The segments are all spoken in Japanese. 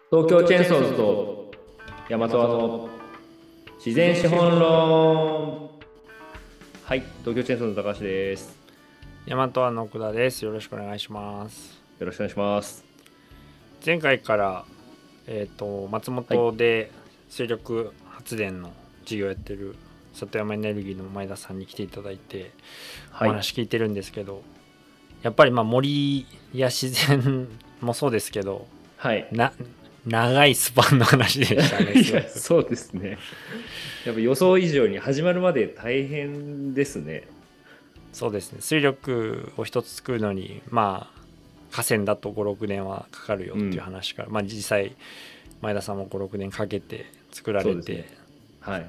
東京チェーンソーズと大和の自然資本論。はい、東京チェーンソーズの高橋です。 大和の奥田です。よろしくお願いします。 よろしくお願いします。 前回から、松はい、 本で水力発電の事業やってる里山エネルギーの前田さんに来ていただいておはい、 話聞いてるんですけど、やっぱり森や自然もそうですけど、 はい。 な長いスパンの話でしたね。すごく。 そうですね。やっぱ予想以上に始まるまで大変ですね。 そうですね。水力を一つ作るのに河川だと5、6年はかかるよっていううん、 話から、実際前田さんも5、6年かけて作られて、 そうですね。はい、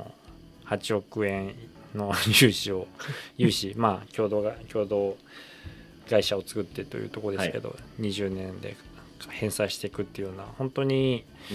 8億円の融資共同会社を作ってというところではい、 すけど、20年で返済していくっていうような、本当にうん、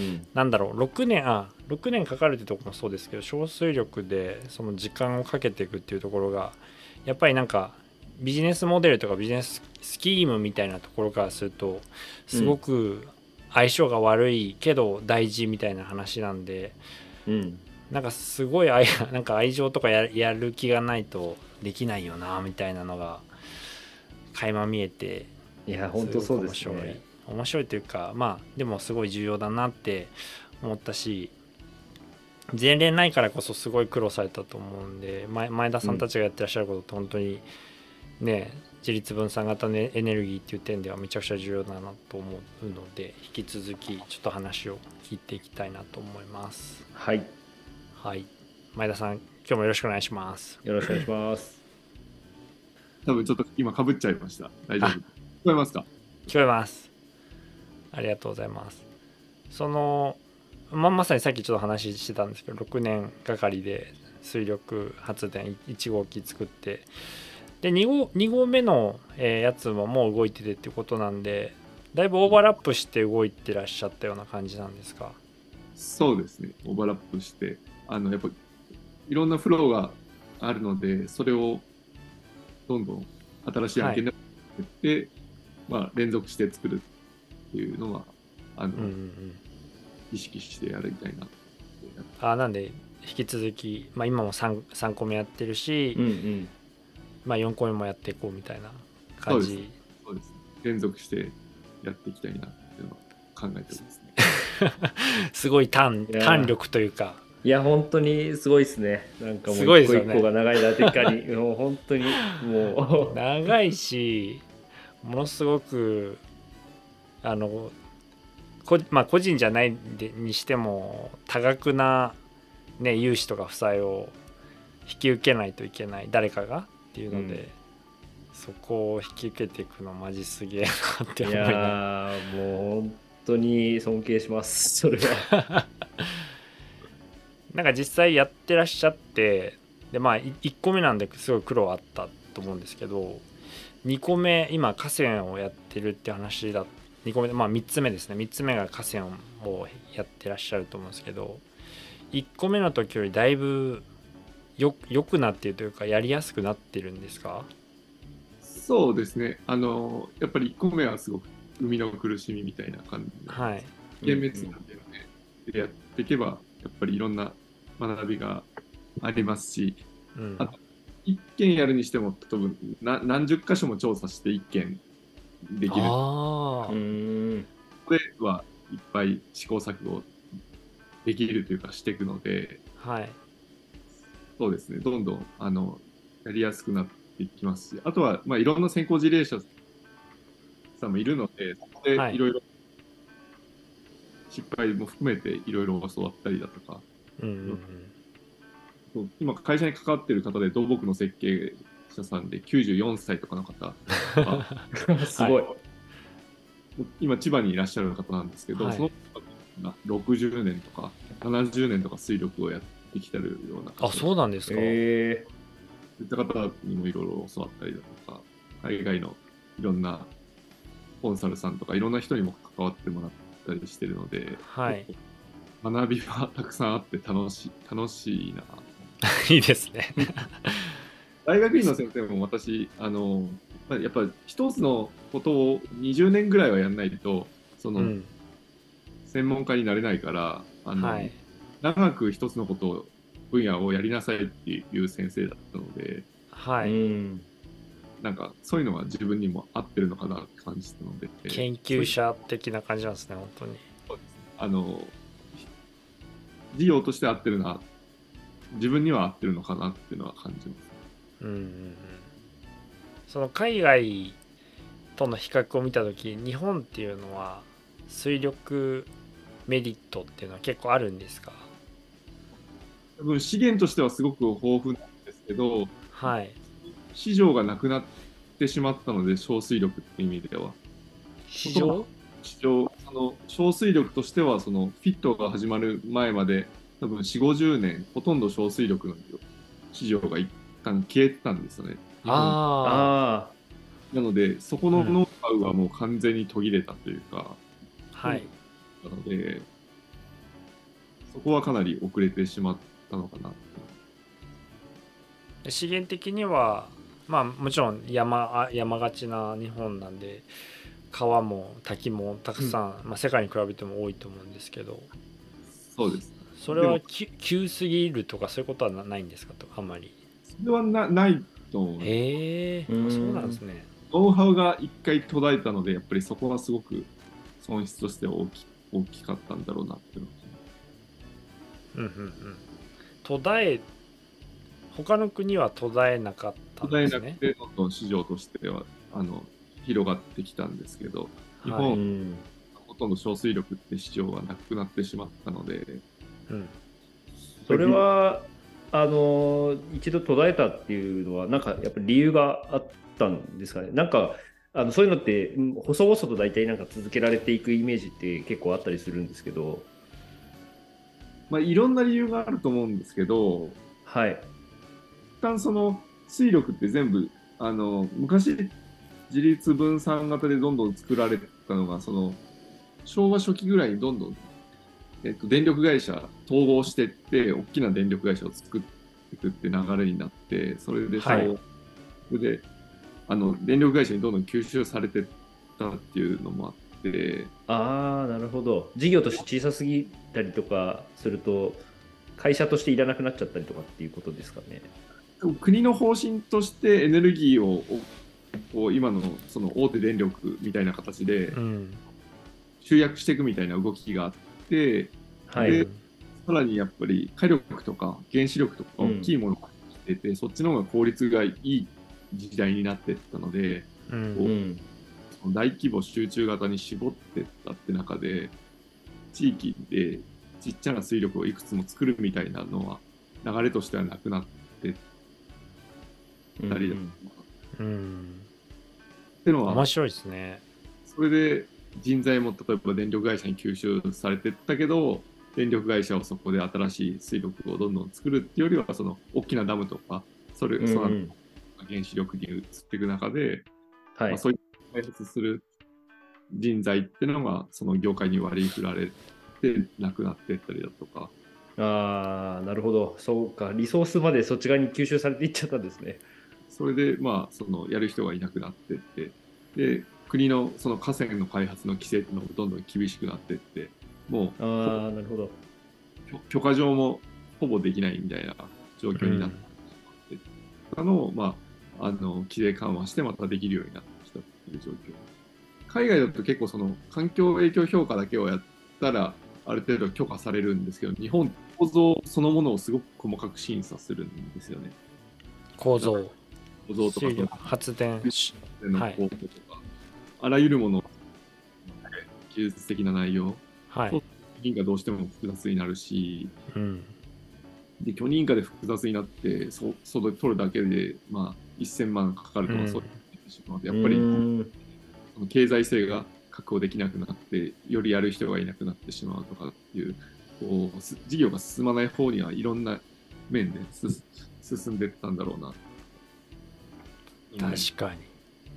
6年かかるってところもそうですけど、小水力でその時間をかけていくっていうところがやっぱりビジネスモデルとかビジネススキームみたいなところからするとすごうん、 く相性が悪いけど大事みたいな話なんで、 うん。 すごい愛情とかやる気がないとできないよなみたいなのが垣間見えて、 いや、本すごく当そうですね。 面白いというか、でもすごい重要だなって思ったし、前例ないからこそすごい苦労されたと思うんで、前田うん、 さんたちがやってらっしゃることって本当にね、自立分散型のエネルギーっていう点ではめちゃくちゃ重要だなと思うので、引き続きちょっと話を聞いていきたいなと思います。 はい、 はい、前田さん、今日もよろしくお願いします。 よろしくお願いします。 多分ちょっと今かぶっちゃいました。大丈夫。 あ、 聞こえますか？ 聞こえます。ありがとうございます。そのまさにさっきちょっと話してたんですけど、6年がかりで水力発電1号機作って、で2号目のやつももう動いててってことなんで、だいぶオーバーラップして動いてらっしゃったような感じなんですか？ そうですね。オーバーラップして、やっぱいろんなフローがあるので、それをどんどん新しいはい。 案件で作って、連続して作るっていうのは、あの、 うんうんうん。 意識してやりたいなって。 なんで引き続き、今も3個目やってるし、 うん、うん。 4個目もやっていこうみたいなそうです。 感じ。 そうです。連続してやっていきたいなっていうのは考えてますね。 すごいいや弾力というか、 いや、本当にすごいですね。なんかもすう一ごいですよね。 個一個が長いだけかに、もう本当に、も長いし、ものすごくあの個人じゃないにしても多額な、ね、融資とか負債を引き受けないといけない、誰かがっていうう、うので、 ん。 そこを引き受けていくのマジすげえなってい思いながやもう本当に尊敬します、それは。 ら実際やってらっしゃって、で1個目なんですごい苦労あったと思うんですけど、2個目今河川をやってるって話だ。2個目で3つ目ですね。3つ目が河川をやってらっしゃると思うんですけど、1個目の時よりだいぶ良くなっているというか、やりやすくなってるんですか？ そうですね。やっぱり1個目はすごく生みの苦しみみたいな感じで、 はい。 うんう幻滅なん。 んていうのでやっていけば、やっぱりいろんな学びがありますし、 うん。 あと、一件やるにしても、多分何十箇所も調査して一件できる。 うああ。 ーん。 これはいっぱい試行錯誤できるというかしていくので、 はい。 そうですね、どんどんやりやすくなっていきますし、あとは、いろんな先行事例者さんもいるので、そこではい。 いろいろ失敗も含めていろいろ教わったりだとか、 うんうんうん。 今、会社に関わっている方で土木の設計者さんで94歳とかの方は、 すはい。 ごい。 今、千葉にいらっしゃる方なんですけど、 はい。 その方が60年とか70年とか水力をやってきてるようなあ、 方で、そそうなんですか。 えういった方にもいろいろ教わったりだとか、海外のいろんなコンサルさんとか、いろんな人にも関わってもらったりしてるので、 はい。 学びはたくさんあって楽しいな。 いいですね。 大学院の先生も私、やっぱり一つのことを20年ぐらいはやらないと、そのうん。 専門家になれないから、 はい。 長く一つのことを分野をやりなさいっていう先生だったので、 うはい。 ん。 なんかそういうのが自分にも合ってるのかなって感じたので、 研そういう究者的な感じなんですね、本当に。 あの事業として合ってるな、自分には合ってるのかなっていうのは感じます。 うんうんうん。その海外との比較を見たとき、日本っていうのは水力メリットっていうのは結構あるんですか？ 多分資源としてはすごく豊富なんですけど、 はい。 市場がなくなってしまったので、小水力っていう意味では。 市場。 小水力としては、そのフィットが始まる前まで、多分4、50年、ほとんど小水力の市場が一旦消えてたんですよね。日本。 ああなので、そこあ、うん。 のノウハウはもう完全に途切れたというか、 はい。 なので、そこはかなり遅れてしまったのかなって。 資源的には、まあもちろん山がちな日本なんで、川も滝もたくさん、まあ、世界に比べても多いと思うんですけど、 そうです。 それでも、 は急すぎるとかそういうことはないんですかと、あんまり。 それはないと思う。 へえ、 あ、うあ、そうなんでん。 すね。 ノウハウが一回途絶えたので、やっぱりそこはすごく損失としては大きかったんだろうなっていうのうんうんうん。途絶え、他の国は途絶えなかった途絶えなくんですね。 て、どんどん市場としては広がってきたんですけど、日はい。 本はうん。 ほとんど小水力って市場がなくなってしまったので、 うん。 それは、一度途絶えたっていうのは、なんかやっぱり理由があったんですかね。なんか、そういうのって、細々と大体なんか続けられていくイメージって結構あったりするんですけど、 まあ、いろんな理由があると思うんですけど、 はい。 一旦その水力って全部、昔、自立分散型でどんどん作られたのが、その昭和初期ぐらいにどんどん、電力会社統合していって、大きな電力会社を作っていくって流れになって、それではい。 それで電力会社にどんどん吸収されてったっていうのもあって、 ああ、なるほど。事業として小さすぎたりとかすると、会社としていらなくなっちゃったりとかっていうことですかね。 国の方針としてエネルギーを今のその大手電力みたいな形でうん。 集約していくみたいな動きがあって、で、 はい。 うん。 さらにやっぱり火力とか原子力とか大きうん。 いものが来てて、そっちの方が効率がいい時代になっていったので、 うこん。 うん。 う大規模集中型に絞っていったって中で、地域でちっちゃな水力をいくつも作るみたいなのは流れとしてはなくなってっうん。うたりだん。 うん。 ってのは、 面白いですね。 それで人材も例えば電力会社に吸収されてったけど、電力会社をそこで新しい水力をどんどん作るっていうよりは、その大きなダムとか、 うん。 そのうん。 原子力に移っていく中で、 はい。 そういう開発する人材っていうのがその業界に割り振られてなくなっていったりだとか、 ああ、なるほど。そうか。リソースまでそっち側に吸収されていっちゃったんですね。 それでそのやる人がいなくなっていって、で国のその河川の開発の規制っていうのもどんどん厳しくなっていって、もうああ、なるほど。 許可状もほぼできないみたいな状況になってうん。 しまってのを、規制緩和してまたできるようになってきたっていう状況。海外だと結構その環境影響評価だけをやったらある程度許可されるんですけど、日本構造そのものをすごく細かく審査するんですよね。 構造。 構造とか水力発電し、はい。 の構造とか、あらゆるもの、技術的な内容、 はい。 そう許認可どうしても複雑になるし、 うん。 で許認可で複雑になって、それ取るだけで、1000万かかるとか、そううん。 言ってしまうと、やうっぱりーん。 その経済性が確保できなくなって、よりやる人がいなくなってしまうとかっていう、事業が進まない方にはいろんな面で進んでいったんだろうな。 確かに。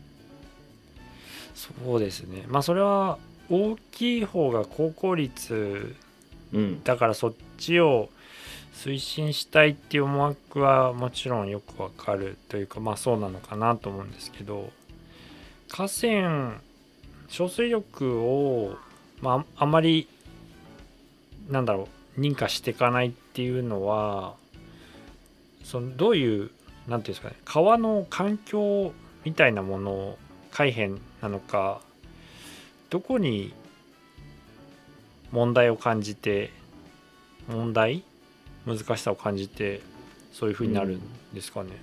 そうですね。まあそれは大きい方が高効率うん。 だからそっちを推進したいっていう思惑はもちろんよくわかるというか、まあそうなのかなと思うんですけど、河川小水力を、まあ、あまりなんだろう、認可していかないっていうのは、どういうなんていうんですかね、川の環境みたいなもの改変なのか、どこに問題を感じて、難しさを感じてそういう風になるんですかね。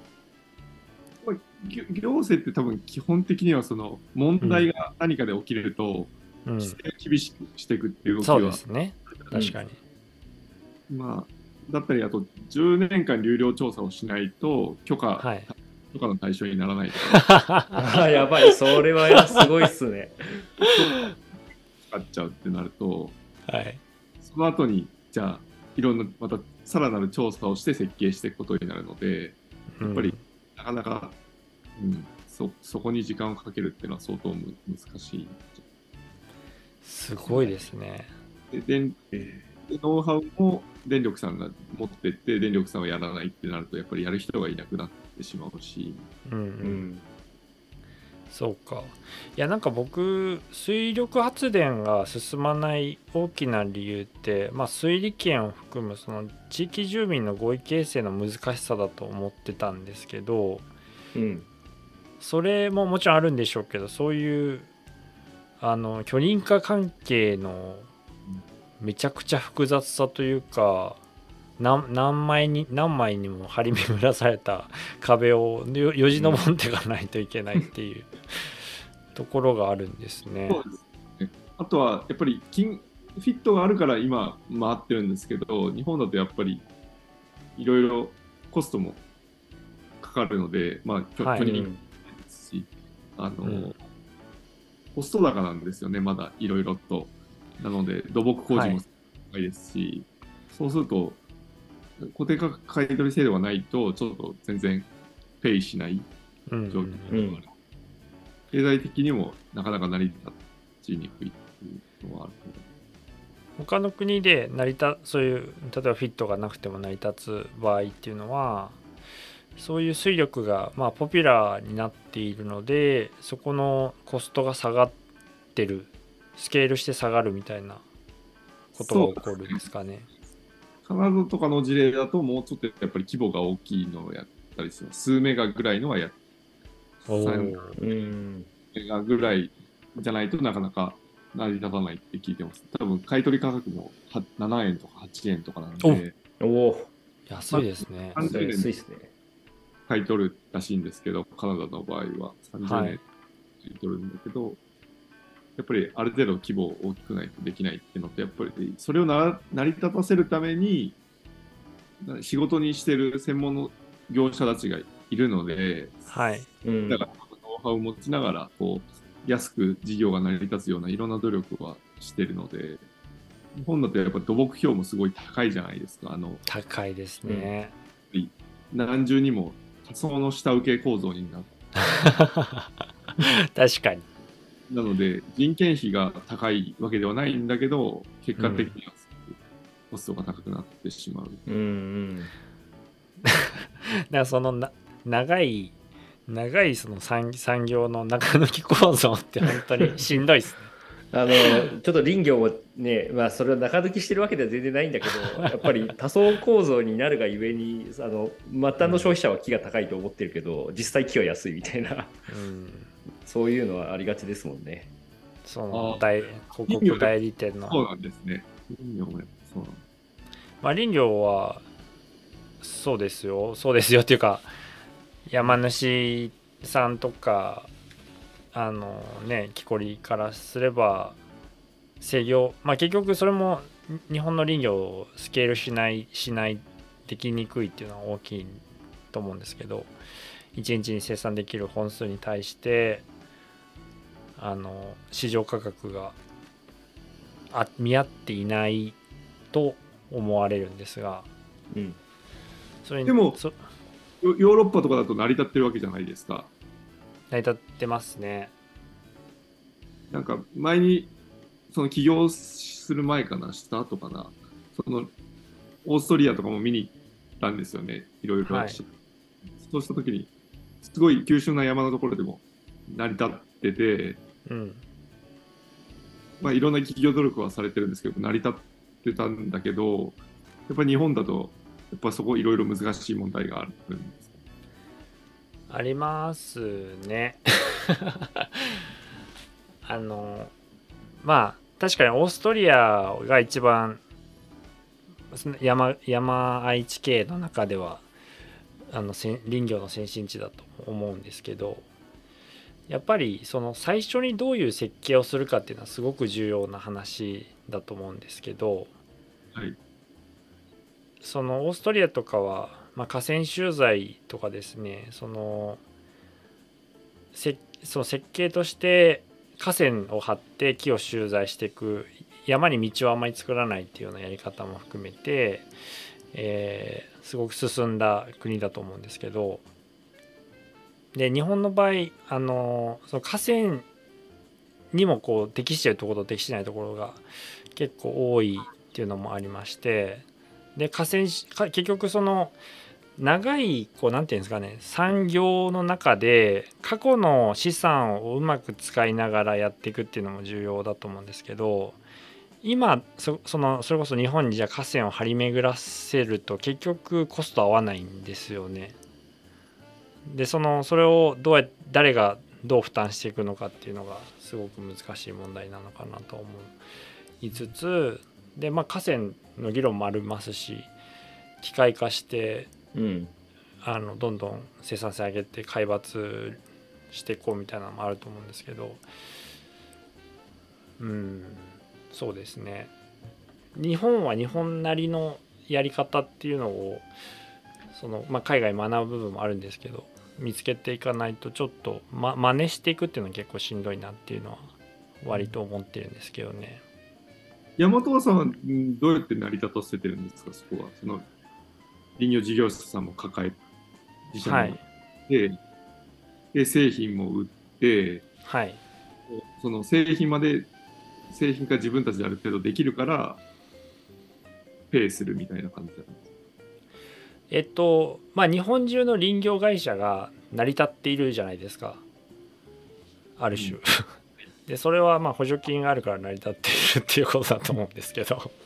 行政って多分基本的にはその問題が何かで起きると規制を厳しくしていくっていう動きは、 そうですね、確かに、 まあだったり、あと10年間流量調査をしないと許可の対象にならないとかあ、やばい、それはすごいっすね。 使っちゃうってなると、 はい、 その後にじゃあいろんなまたさらなる調査をして設計していくことになるので、やっぱりなかなか、そこに時間をかけるっていうのは相当難しい。 すごいですね。 でノウハウも電力さんが持ってって電力さんはやらないってなると、やっぱりやる人がいなくなってしまうし、 そうか。いや、なんか僕水力発電が進まない大きな理由って、水利権を含むその地域住民の合意形成の難しさだと思ってたんですけど、それももちろんあるんでしょうけど、そういう許認可関係のめちゃくちゃ複雑さというか、何枚にも張り巡らされた壁をよじ登っていかないといけないっていうところがあるんですね。 そうですね。あとはやっぱりフィットがあるから今回ってるんですけど、日本だとやっぱりいろいろコストもかかるので、許認ですし、コスト高なんですよね、まだいろいろと。なので土木工事も高いですし、そうすると固定価格買取制度がないとちょっと全然ペイしない状況がある。経済的にもなかなか成り立ちにくいっていうのはあると思います。 他の国でそういう例えばフィットがなくても成り立つ場合っていうのは、そういう水力がポピュラーになっているので、そこのコストが下がってる、スケールして下がるみたいなことが起こるんですかね。 カナダとかの事例だともうちょっとやっぱり規模が大きいのをやったりする。数メガぐらいのは3メガぐらいじゃないとなかなか成り立たないって聞いてます。多分買取価格も7円とか8円とかなので。 安いですね。 安いですね。 買い取るらしいんですけど、カナダの場合は30年買い取るんだけど、やっぱりある程度規模大きくないとできないっていうのと、やっぱりそれを成り立たせるために仕事にしてる専門の業者たちがいるので、だからノウハウを持ちながら安く事業が成り立つようないろんな努力はしてるので、日本だとやっぱ土木費もすごい高いじゃないですか。 高いですね。 何重にも仮想の下請け構造になって確かに。 なので人件費が高いわけではないんだけど、結果的にはコストが高くなってしまう。 だからその長いその産業の中抜き構造って本当にしんどいですね。 ちょっと林業もね、それは中抜きしてるわけでは全然ないんだけど、やっぱり多層構造になるがゆえに末端の消費者は木が高いと思ってるけど、実際木は安いみたいな、そういうのはありがちですもんね。 その広告代理店の。 そうなんですね。林業もそうなんです。 林業はそうですよっていうか、山主さんとか木こりからすれば制御、結局それも日本の林業をスケールしないできにくいっていうのは大きいと思うんですけど、1日に生産できる本数に対して市場価格が見合っていないと思われるんですが、 それにでもヨーロッパとかだと成り立ってるわけじゃないですか。 成り立ってますね。 なんか前に起業する前かな、した後かな、オーストリアとかも見に行ったんですよね、いろいろ。そうした時にすごい急峻な山のところでも成り立ってて、いろんな企業努力はされてるんですけど、成り立っってたんだけど、やっぱ日本だとやっぱそこいろいろ難しい問題があるんですか？ ありますね。まあ確かにオーストリアが一番山愛知系の中では林業の先進地だと思うんですけど、やっぱりその最初にどういう設計をするかっていうのはすごく重要な話だと思うんですけど、 はい。 そのオーストリアとかは、河川修材とかですね、その設計として河川を張って木を修材していく、山に道をあんまり作らないっていうようなやり方も含めて、すごく進んだ国だと思うんですけど、で日本の場合その河川にもこう適しているところと適してないところが結構多いっていうのもありまして、で結局その長いこうなんていうんですかね、産業の中で過去の資産をうまく使いながらやっていくっていうのも重要だと思うんですけど、今それこそ日本にじゃあ河川を張り巡らせると結局コスト合わないんですよね。でそれを誰がどう負担していくのかっていうのがすごく難しい問題なのかなと思いつつ、で河川の議論もありますし、機械化してどんどん生産性上げて海抜していこうみたいなのもあると思うんですけど、そうですね、日本は日本なりのやり方っていうのを海外学ぶ部分もあるんですけど、見つけていかないとちょっと、真似していくっていうのは結構しんどいなっていうのは割と思ってるんですけどね。 大和さんはどうやって成り立たせてるんですか、そこは。林業事業者さんも抱えて、自社もで製品も売って、 はい、 その製品化自分たちである程度できるからペイするみたいな感じなんですか？ 日本中の林業会社が成り立っているじゃないですか、ある種、でそれは補助金があるから成り立っているっていうことだと思うんですけど、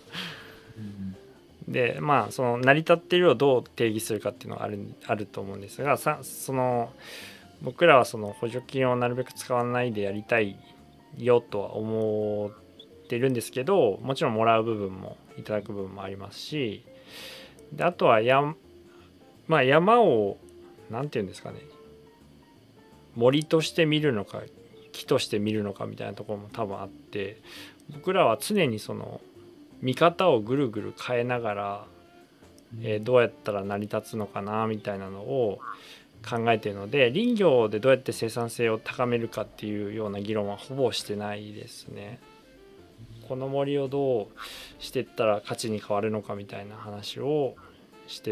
でその成り立っているをどう定義するかっていうのはあると思うんですが、僕らはその補助金をなるべく使わないでやりたいよとは思っているんですけど、もちろんもらう部分もいただく部分もありますし、であとは山をなんていうんですかね、森として見るのか木として見るのかみたいなところも多分あって、僕らは常にその見方をぐるぐる変えながら、どうやったら成り立つのかなみたいなのを考えているので、林業でどうやって生産性を高めるかっていうような議論はほぼしてないですね。この森をどうしていったら価値に変わるのかみたいな話をしてって、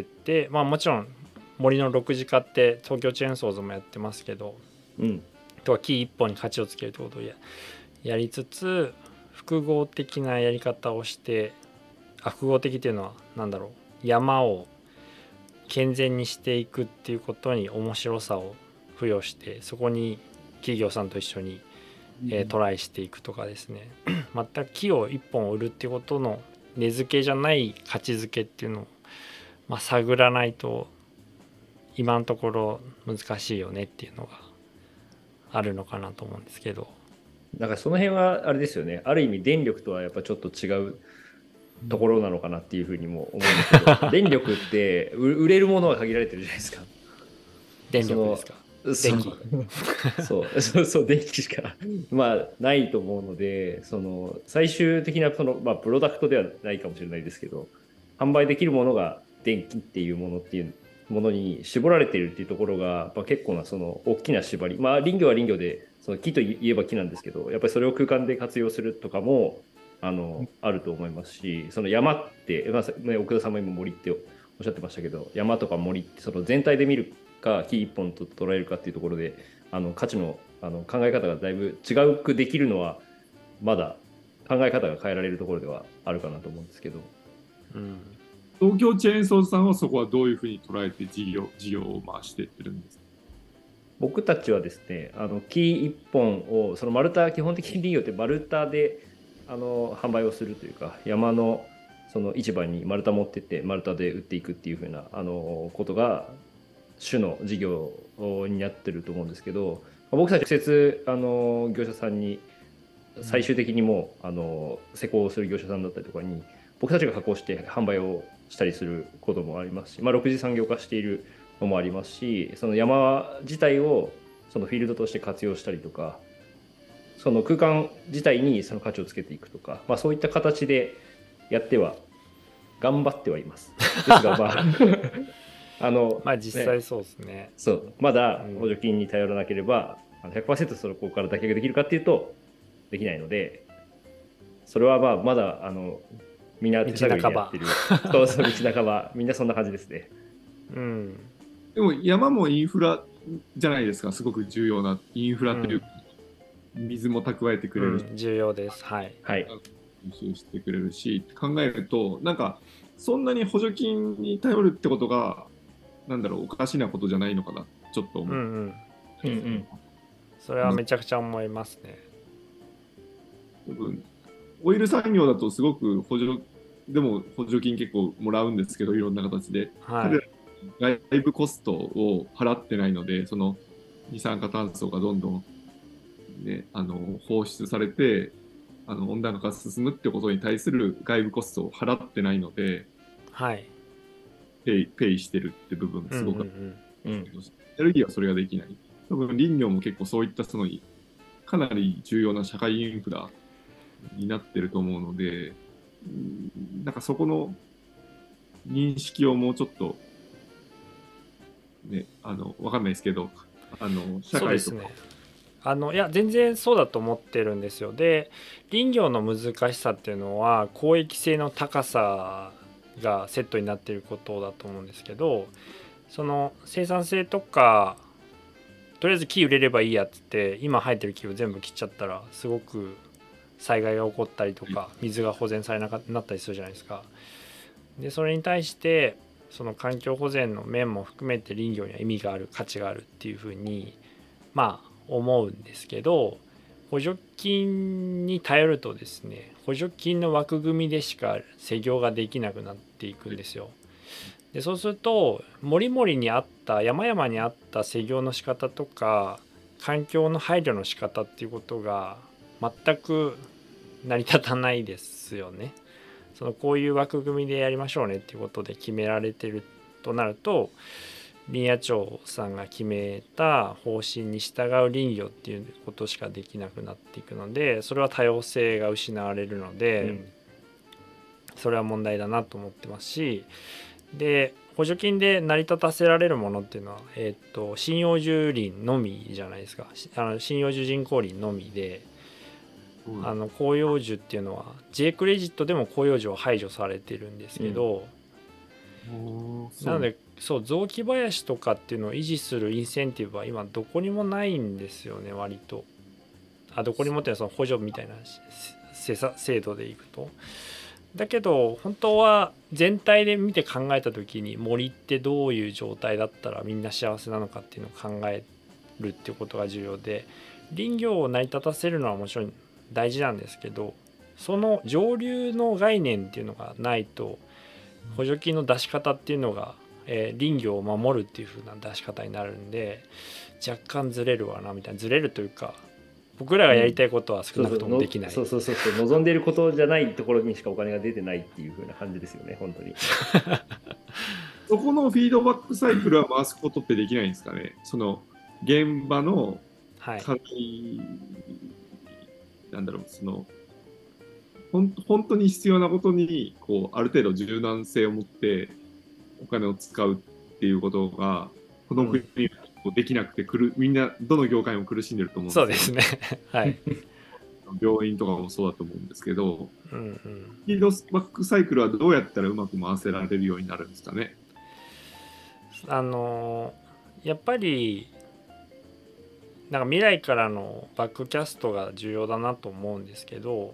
もちろん森の6次化って東京チェーンソーズもやってますけど、とは木一本に価値をつけるってことをやりつつ、複合的なやり方をして、複合的っていうのは何だろう、山を健全にしていくっていうことに面白さを付与して、そこに企業さんと一緒に、トライしていくとかですね、全く木を一本売るっていうことの値付けじゃない価値づけっていうのを、探らないと今のところ難しいよねっていうのがあるのかなと思うんですけど、 なんかその辺はあれですよね、ある意味電力とはやっぱちょっと違うところなのかなっていうふうにも思うんですけど、電力って売れるものは限られてるじゃないですか。 電力ですか？電気そう電気しかないと思うので、最終的なプロダクトではないかもしれないですけど、販売できるものが電気っていうものに絞られているっていうところが、結構な大きな縛り、林業は林業で木といえば木なんですけど、やっぱりそれを空間で活用するとかもあると思いますし、山って、奥田さんも今森っておっしゃってましたけど、山とか森って全体で見るか木一本と捉えるかっていうところで価値の考え方がだいぶ違うくできるのは、まだ考え方が変えられるところではあるかなと思うんですけど、 東京チェーンソーズさんはそこはどういうふうに捉えて事業を回していってるんですか？ 僕たちはですね、木一本を基本的に林業って丸太で販売をするというか、山のその市場に丸太持ってって丸太で売っていくっていう風なことが主の事業になってると思うんですけど、僕たち直接業者さんに最終的にもう施工する業者さんだったりとかに僕たちが加工して販売をしたりすることもありますし、6次産業化しているのもありますし、その山自体をそのフィールドとして活用したりとか、その空間自体にその価値をつけていくとか、そういった形でやっては頑張ってはいます。ですが実際そうですね。 そうまだ補助金に頼らなければ、100% そこから脱却できるかっていうとできないので、それはまだみんな手探りでやってる。そうそう、道半ばみんなそんな感じですね。 でも山もインフラじゃないですか。すごく重要なインフラというか、水も蓄えてくれるし、 重要です。はい。 吸収してくれるし、考えるとなんかそんなに補助金に頼るってことがおかしなことじゃないのかなちょっと思う。 それはめちゃくちゃ思いますね。 オイル産業だとすごく補助金結構もらうんですけど、いろんな形で、外部コストを払ってないので、その二酸化炭素がどんどん、放出されて温暖化が進むってことに対する外部コストを払ってないので、ペイしてるって部分がすごくある。エネルギーはそれができない。多分林業も結構そういったかなり重要な社会インフラになってると思うので、なんかそこの認識をもうちょっとわかんないですけど、社会とか。 いや全然そうだと思ってるんですよ。で林業の難しさっていうのは公益性の高さがセットになっていることだと思うんですけど、その生産性とかとりあえず木売れればいいやっつって今生えてる木を全部切っちゃったらすごく災害が起こったりとか水が保全されなくなったりするじゃないですか。でそれに対してその環境保全の面も含めて林業には意味がある、価値があるっていうふうに思うんですけど、補助金に頼るとですね、補助金の枠組みでしか施業ができなくなっていくんですよ。でそうすると森々にあった山々にあった施業の仕方とか環境の配慮の仕方っていうことが全く成り立たないですよね。こういう枠組みでやりましょうねっていうことで決められてるとなると、林野庁さんが決めた方針に従う林業っていうことしかできなくなっていくので、それは多様性が失われるので、それは問題だなと思ってますし、で補助金で成り立たせられるものっていうのは、針葉樹林のみじゃないですか。針葉樹人工林のみで、広葉樹っていうのは J クレジットでも広葉樹は排除されてるんですけど、なので雑木林とかっていうのを維持するインセンティブは今どこにもないんですよね、割と。どこにもっていうのは補助みたいな制度でいくと。だけど本当は全体で見て考えた時に森ってどういう状態だったらみんな幸せなのかっていうのを考えるっていうことが重要で、林業を成り立たせるのはもちろん大事なんですけど、その上流の概念っていうのがないと補助金の出し方っていうのが、林業を守るっていう風な出し方になるんで、若干ずれるわなみたいな、ずれるというか僕らがやりたいことは少なくともできない、 望んでいることじゃないところにしかお金が出てないっていう風な感じですよね、本当に。 そこのフィードバックサイクルは回すことってできないんですかね。その現場の課題、本当に必要なことにある程度柔軟性を持ってお金を使うっていうことがこの国にできなくてみんなどの業界も苦しんでると思うんですよ。 そうですね。はい。 病院とかもそうだと思うんですけど、フィードバックサイクルはどうやったらうまく回せられるようになるんですかね。 やっぱり未来からのバックキャストが重要だなと思うんですけど、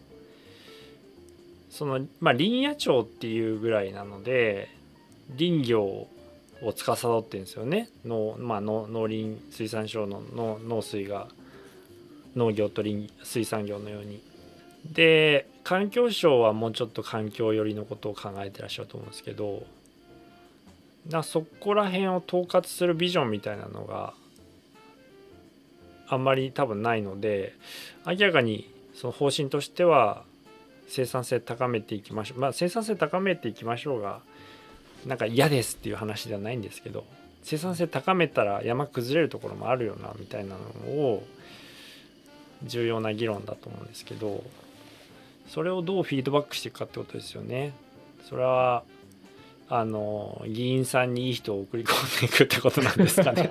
林野庁っていうぐらいなので林業を司ってるんですよね。農林水産省の農水が農業と水産業のように。 で環境省はもうちょっと環境寄りのことを考えてらっしゃると思うんですけど、そこら辺を統括するビジョンみたいなのがあんまり多分ないので、明らかにその方針としては生産性高めていきましょう、生産性高めていきましょうがなんか嫌ですっていう話ではないんですけど、生産性高めたら山崩れるところもあるよなみたいなのを重要な議論だと思うんですけど、それをどうフィードバックしていくかってことですよね。それは議員さんにいい人を送り込んでいくってことなんですかね。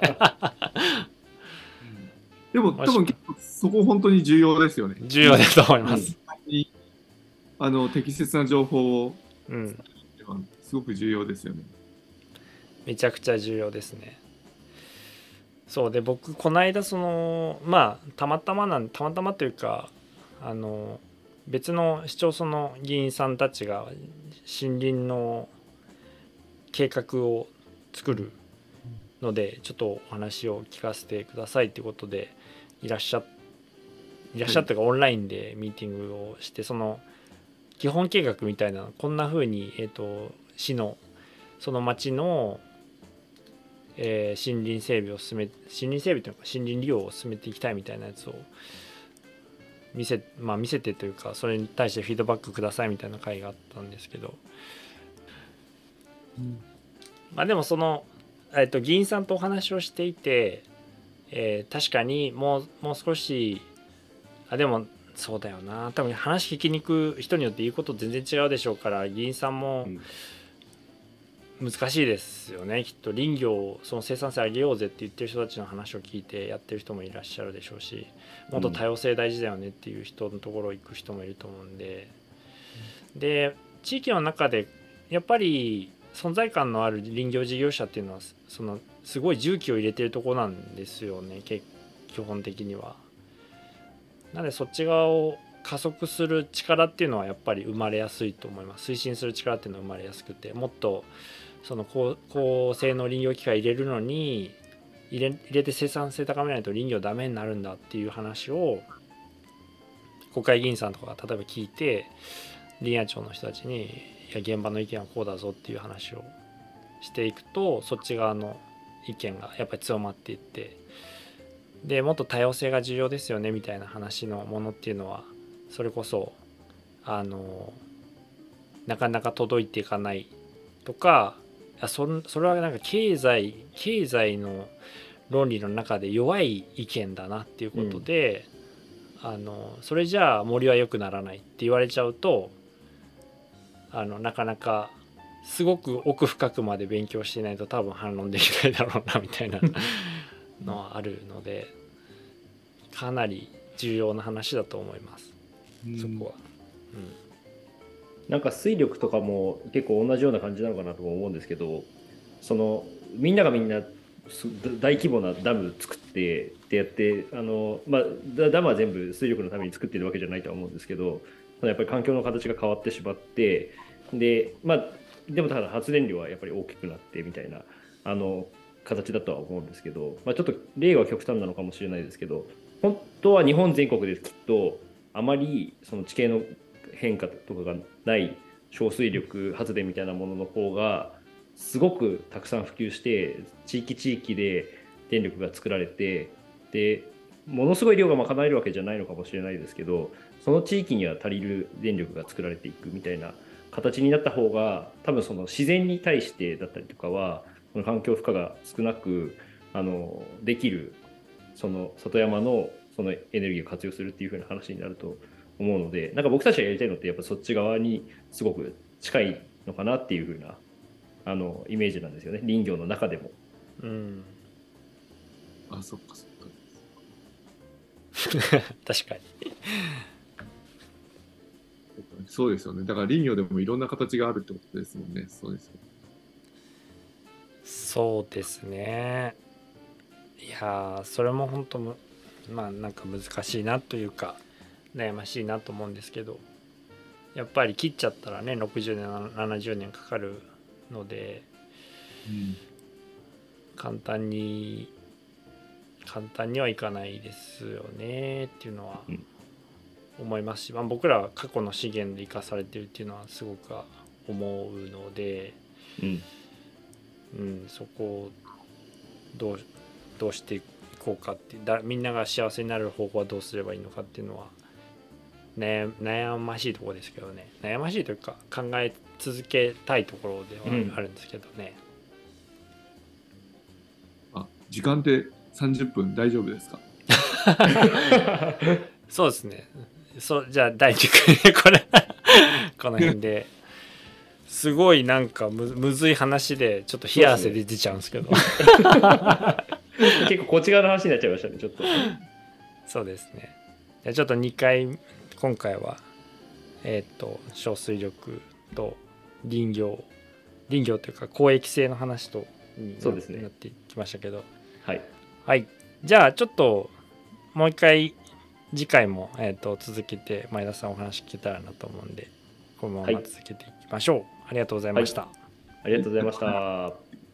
でも多分そこ本当に重要ですよね。 重要だと思います。 適切な情報を、 すごく重要ですよね。 めちゃくちゃ重要ですね。そうで、僕この間たまたまというか別の市町村の議員さんたちが森林の計画を作るのでちょっとお話を聞かせてくださいってことでいらっしゃってオンラインでミーティングをして、その基本計画みたいなこんな風に市のその町の森林整備というか森林利用を進めていきたいみたいなやつを見せてというか、それに対してフィードバックくださいみたいな会があったんですけど、でもその、議員さんとお話をしていて、確かにもう少しでもそうだよな、多分話聞きに行く人によって言うこと全然違うでしょうから、議員さんも難しいですよね。きっと林業をその生産性上げようぜって言ってる人たちの話を聞いてやってる人もいらっしゃるでしょうし、もっと多様性大事だよねっていう人のところ行く人もいると思うんで、で地域の中でやっぱり存在感のある林業事業者っていうのはすごい重機を入れてるところなんですよね、基本的には。なのでそっち側を加速する力っていうのはやっぱり生まれやすいと思います。推進する力っていうのは生まれやすくて、もっとその高性能林業機械入れるのに入れて生産性高めないと林業ダメになるんだっていう話を国会議員さんとかが例えば聞いて、林野庁の人たちにいや現場の意見はこうだぞっていう話をしていくと、そっち側の意見がやっぱり強まっていって、でもっと多様性が重要ですよねみたいな話のものっていうのはそれこそなかなか届いていかないとか、それはなんか経済の論理の中で弱い意見だなっていうことで、それじゃあ森は良くならないって言われちゃうとなかなかすごく奥深くまで勉強していないと多分反論できないだろうなみたいなのはあるので、かなり重要な話だと思います、そこは。 なんか水力とかも結構同じような感じなのかなと思うんですけど、みんながみんな大規模なダム作ってやってダムは全部水力のために作ってるわけじゃないとは思うんですけど、やっぱり環境の形が変わってしまって、でもただ発電量はやっぱり大きくなってみたいな形だとは思うんですけど、ちょっと例は極端なのかもしれないですけど、本当は日本全国できっとあまりその地形の変化とかがない小水力発電みたいなものの方がすごくたくさん普及して、地域で電力が作られて、でものすごい量が賄えるわけじゃないのかもしれないですけど、その地域には足りる電力が作られていくみたいな形になった方が、多分その自然に対してだったりとかはその環境負荷が少なくできる、その里山のそのエネルギーを活用するっていう風な話になると思うので、なんか僕たちがやりたいのってやっぱそっち側にすごく近いのかなっていう風なイメージなんですよね、林業の中でも。 そっか確かにそうですよね。だから林業でもいろんな形があるってことですもんね。そうですよ。 そうですね。いやそれも本当なんか難しいなというか悩ましいなと思うんですけど、やっぱり切っちゃったらね60年70年かかるので、簡単にはいかないですよねっていうのは思いますし、まあ、僕らは過去の資源で生かされてるっていうのはすごく思うので、そこをどうしていこうかってみんなが幸せになる方法はどうすればいいのかっていうのは悩ましいところですけどね。悩ましいというか考え続けたいところではあるんですけどね。 時間って30分大丈夫ですか？ そうですね。じゃあ第2回これこの辺ですごいなんかむずい話でちょっと冷や汗で出ちゃうんですけど結構こっち側の話になっちゃいましたねちょっと。 そうですね。じゃあちょっと2回今回は小水力と林業というか公益性の話とそうですねなってきましたけど、 はい、 じゃあちょっともう一回次回も、続けて前田さんお話聞けたらなと思うんでこのまま続けていきましょう。ありがとうございました。 ありがとうございました。